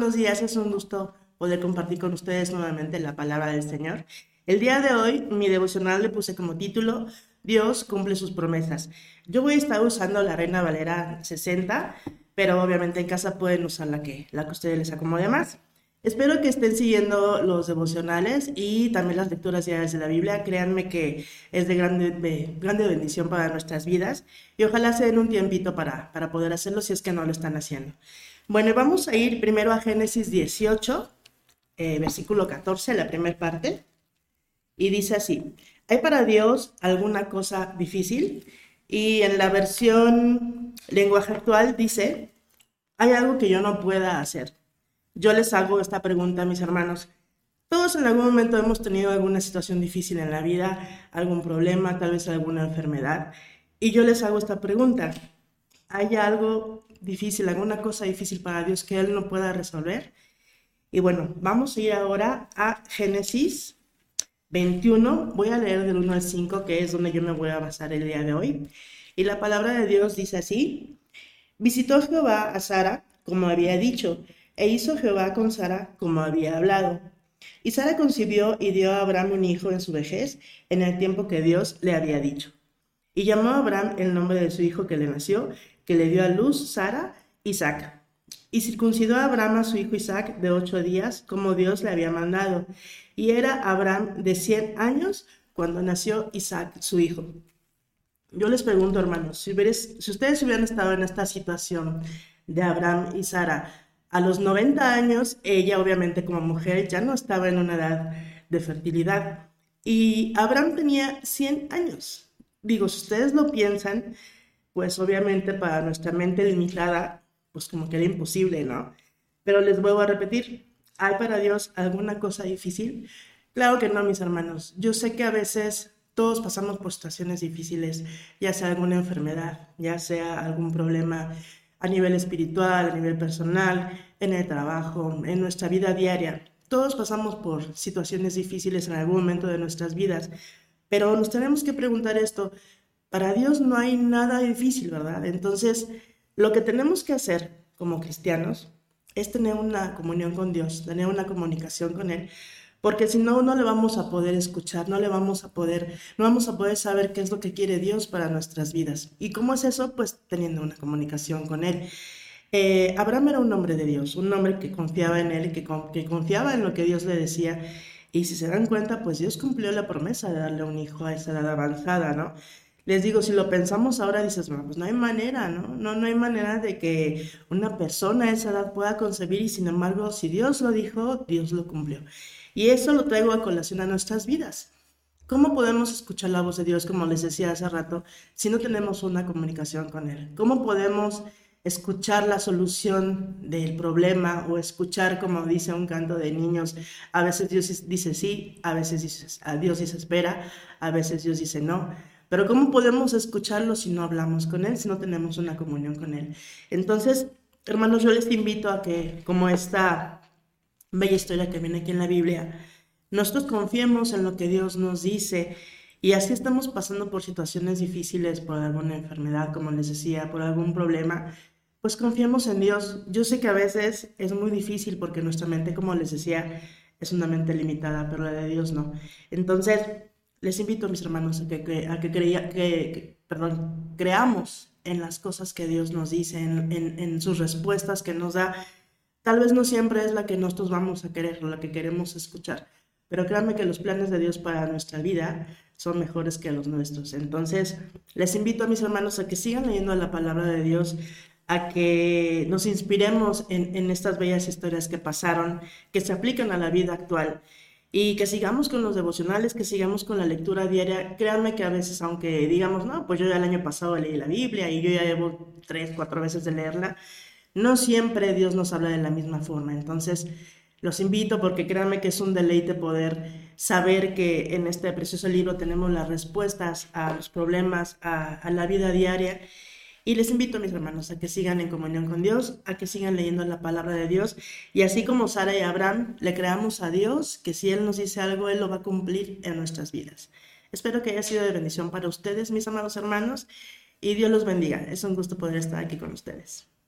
buenos días, es un gusto poder compartir con ustedes nuevamente la palabra del Señor. El día de hoy, mi devocional le puse como título, Dios cumple sus promesas. Yo voy a estar usando la Reina Valera 60, pero obviamente en casa pueden usar la que a ustedes les acomode más. Espero que estén siguiendo los devocionales y también las lecturas diarias de la Biblia. Créanme que es de grande bendición para nuestras vidas y ojalá se den un tiempito para poder hacerlo si es que no lo están haciendo. Bueno, vamos a ir primero a Génesis 18, versículo 14, la primera parte, y dice así, ¿hay para Dios alguna cosa difícil? Y en la versión lenguaje actual dice, ¿hay algo que yo no pueda hacer? Yo les hago esta pregunta a mis hermanos. Todos en algún momento hemos tenido alguna situación difícil en la vida, algún problema, tal vez alguna enfermedad, y yo les hago esta pregunta. ¿Hay algo difícil, alguna cosa difícil para Dios que Él no pueda resolver? Y bueno, vamos a ir ahora a Génesis 21. Voy a leer del 1 al 5, que es donde yo me voy a basar el día de hoy. Y la palabra de Dios dice así, visitó Jehová a Sara como había dicho, e hizo Jehová con Sara como había hablado. Y Sara concibió y dio a Abraham un hijo en su vejez, en el tiempo que Dios le había dicho. Y llamó a Abraham el nombre de su hijo que le nació, que le dio a luz Sara, Isaac. Y circuncidó a Abraham a su hijo Isaac de 8 días, como Dios le había mandado. Y era Abraham de 100 años cuando nació Isaac, su hijo. Yo les pregunto, hermanos, si ustedes hubieran estado en esta situación de Abraham y Sara, a los 90 años, ella obviamente como mujer ya no estaba en una edad de fertilidad. Y Abraham tenía 100 años. Digo, si ustedes lo piensan, pues obviamente para nuestra mente limitada, pues como que era imposible, ¿no? Pero les vuelvo a repetir, ¿hay para Dios alguna cosa difícil? Claro que no, mis hermanos. Yo sé que a veces todos pasamos por situaciones difíciles, ya sea alguna enfermedad, ya sea algún problema a nivel espiritual, a nivel personal, en el trabajo, en nuestra vida diaria. Todos pasamos por situaciones difíciles en algún momento de nuestras vidas, pero nos tenemos que preguntar esto, para Dios no hay nada difícil, ¿verdad? Entonces, lo que tenemos que hacer como cristianos es tener una comunión con Dios, tener una comunicación con Él, porque si no, no le vamos a poder escuchar, no vamos a poder saber qué es lo que quiere Dios para nuestras vidas. ¿Y cómo es eso? Pues teniendo una comunicación con Él. Abraham era un hombre de Dios, un hombre que confiaba en Él y que confiaba en lo que Dios le decía. Y si se dan cuenta, pues Dios cumplió la promesa de darle un hijo a esa edad avanzada, ¿no? Les digo, si lo pensamos ahora, dices, bueno, pues no hay manera, ¿no? No hay manera de que una persona a esa edad pueda concebir y sin embargo, si Dios lo dijo, Dios lo cumplió. Y eso lo traigo a colación a nuestras vidas. ¿Cómo podemos escuchar la voz de Dios, como les decía hace rato, si no tenemos una comunicación con Él? ¿Cómo podemos escuchar la solución del problema o escuchar, como dice un canto de niños, a veces Dios dice sí, a veces Dios dice espera, a veces Dios dice no? Pero ¿cómo podemos escucharlo si no hablamos con Él, si no tenemos una comunión con Él? Entonces, hermanos, yo les invito a que, como esta bella historia que viene aquí en la Biblia, nosotros confiemos en lo que Dios nos dice y así estamos pasando por situaciones difíciles, por alguna enfermedad, como les decía, por algún problema, pues confiemos en Dios. Yo sé que a veces es muy difícil porque nuestra mente, como les decía, es una mente limitada, pero la de Dios no. Entonces, les invito, mis hermanos, perdón, creamos en las cosas que Dios nos dice, en sus respuestas que nos da. Tal vez no siempre es la que nosotros vamos a querer o la que queremos escuchar, pero créanme que los planes de Dios para nuestra vida son mejores que los nuestros. Entonces, les invito a mis hermanos a que sigan leyendo la palabra de Dios, a que nos inspiremos en estas bellas historias que pasaron, que se aplican a la vida actual y que sigamos con los devocionales, que sigamos con la lectura diaria. Créanme que a veces, aunque digamos, no, pues yo ya el año pasado leí la Biblia y yo ya llevo 3, 4 veces de leerla, no siempre Dios nos habla de la misma forma. Entonces, los invito porque créanme que es un deleite poder saber que en este precioso libro tenemos las respuestas a los problemas, a la vida diaria. Y les invito, mis hermanos, a que sigan en comunión con Dios, a que sigan leyendo la palabra de Dios. Y así como Sara y Abraham, le creamos a Dios que si Él nos dice algo, Él lo va a cumplir en nuestras vidas. Espero que haya sido de bendición para ustedes, mis amados hermanos, y Dios los bendiga. Es un gusto poder estar aquí con ustedes.